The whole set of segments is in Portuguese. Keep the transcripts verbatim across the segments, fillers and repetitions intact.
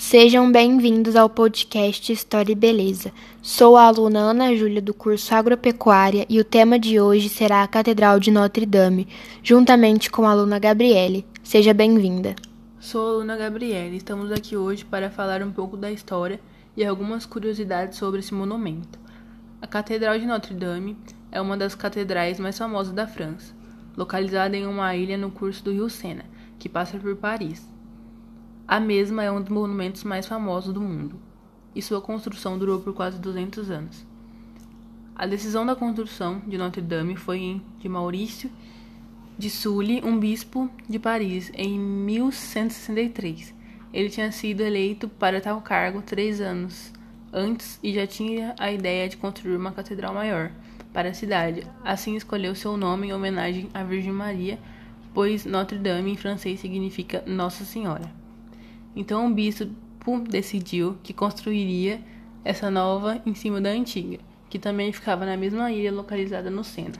Sejam bem-vindos ao podcast História e Beleza. Sou a aluna Ana Júlia do curso Agropecuária e o tema de hoje será a Catedral de Notre Dame, juntamente com a aluna Gabriele. Seja bem-vinda. Sou a aluna Gabriele. Estamos aqui hoje para falar um pouco da história e algumas curiosidades sobre esse monumento. A Catedral de Notre Dame é uma das catedrais mais famosas da França, localizada em uma ilha no curso do rio Sena, que passa por Paris. A mesma é um dos monumentos mais famosos do mundo, e sua construção durou por quase duzentos anos. A decisão da construção de Notre Dame foi em de Maurício de Sully, um bispo de Paris, em mil cento e sessenta e três. Ele tinha sido eleito para tal cargo três anos antes e já tinha a ideia de construir uma catedral maior para a cidade. Assim escolheu seu nome em homenagem à Virgem Maria, pois Notre Dame em francês significa Nossa Senhora. Então o bispo decidiu que construiria essa nova em cima da antiga, que também ficava na mesma ilha localizada no Sena.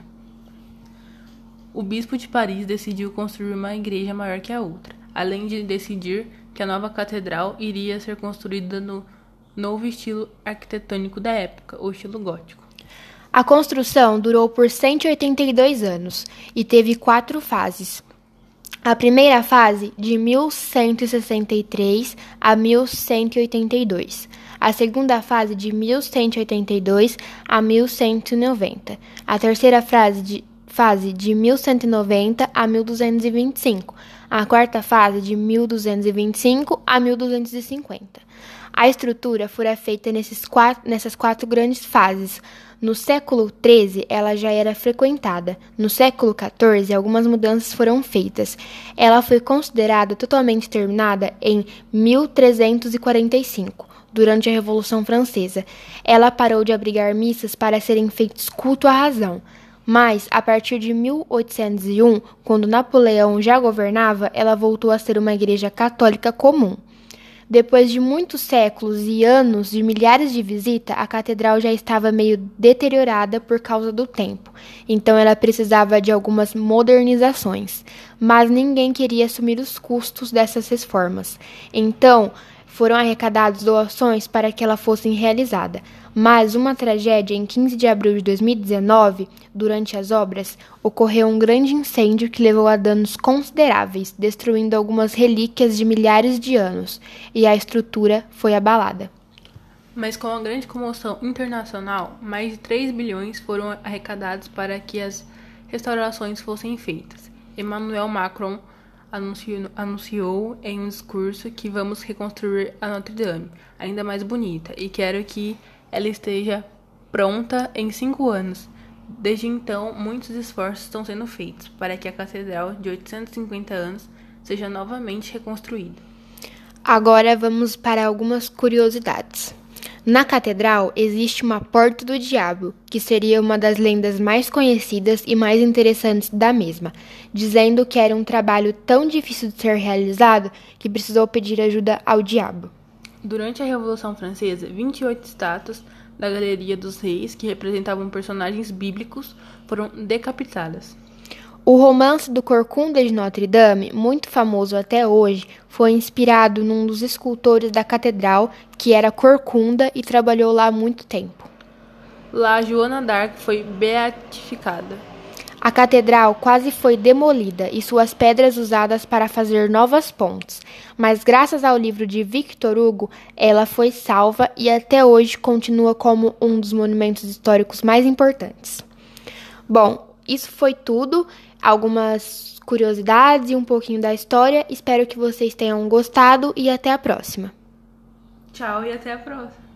O bispo de Paris decidiu construir uma igreja maior que a outra, além de decidir que a nova catedral iria ser construída no novo estilo arquitetônico da época, o estilo gótico. A construção durou por cento e oitenta e dois anos e teve quatro fases. A primeira fase, de mil cento e sessenta e três a mil cento e oitenta e dois. A segunda fase, de mil cento e oitenta e dois a mil cento e noventa. A terceira fase, de, fase, de mil cento e noventa a mil duzentos e vinte e cinco. A quarta fase, de mil duzentos e vinte e cinco a mil duzentos e cinquenta. A estrutura fora feita nesses quatro, nessas quatro grandes fases. No século treze, ela já era frequentada. No século quatorze, algumas mudanças foram feitas. Ela foi considerada totalmente terminada em mil trezentos e quarenta e cinco, durante a Revolução Francesa. Ela parou de abrigar missas para serem feitos culto à razão. Mas, a partir de mil oitocentos e um, quando Napoleão já governava, ela voltou a ser uma igreja católica comum. Depois de muitos séculos e anos de milhares de visitas, a catedral já estava meio deteriorada por causa do tempo, então ela precisava de algumas modernizações, mas ninguém queria assumir os custos dessas reformas. Então, foram arrecadadas doações para que ela fosse realizada. Mas uma tragédia em quinze de abril de dois mil e dezenove, durante as obras, ocorreu um grande incêndio que levou a danos consideráveis, destruindo algumas relíquias de milhares de anos, e a estrutura foi abalada. Mas com a grande comoção internacional, mais de três bilhões foram arrecadados para que as restaurações fossem feitas. Emmanuel Macron anunciou, anunciou em um discurso que vamos reconstruir a Notre Dame, ainda mais bonita, e quero que ela esteja pronta em cinco anos. Desde então, muitos esforços estão sendo feitos para que a catedral de oitocentos e cinquenta anos seja novamente reconstruída. Agora vamos para algumas curiosidades. Na catedral existe uma Porta do Diabo, que seria uma das lendas mais conhecidas e mais interessantes da mesma, dizendo que era um trabalho tão difícil de ser realizado que precisou pedir ajuda ao diabo. Durante a Revolução Francesa, vinte e oito estátuas da Galeria dos Reis, que representavam personagens bíblicos, foram decapitadas. O romance do Corcunda de Notre Dame, muito famoso até hoje, foi inspirado num dos escultores da catedral, que era Corcunda e trabalhou lá há muito tempo. Lá, Joana d'Arc foi beatificada. A catedral quase foi demolida e suas pedras usadas para fazer novas pontes, mas graças ao livro de Victor Hugo, ela foi salva e até hoje continua como um dos monumentos históricos mais importantes. Bom, isso foi tudo, algumas curiosidades e um pouquinho da história. Espero que vocês tenham gostado e até a próxima. Tchau e até a próxima.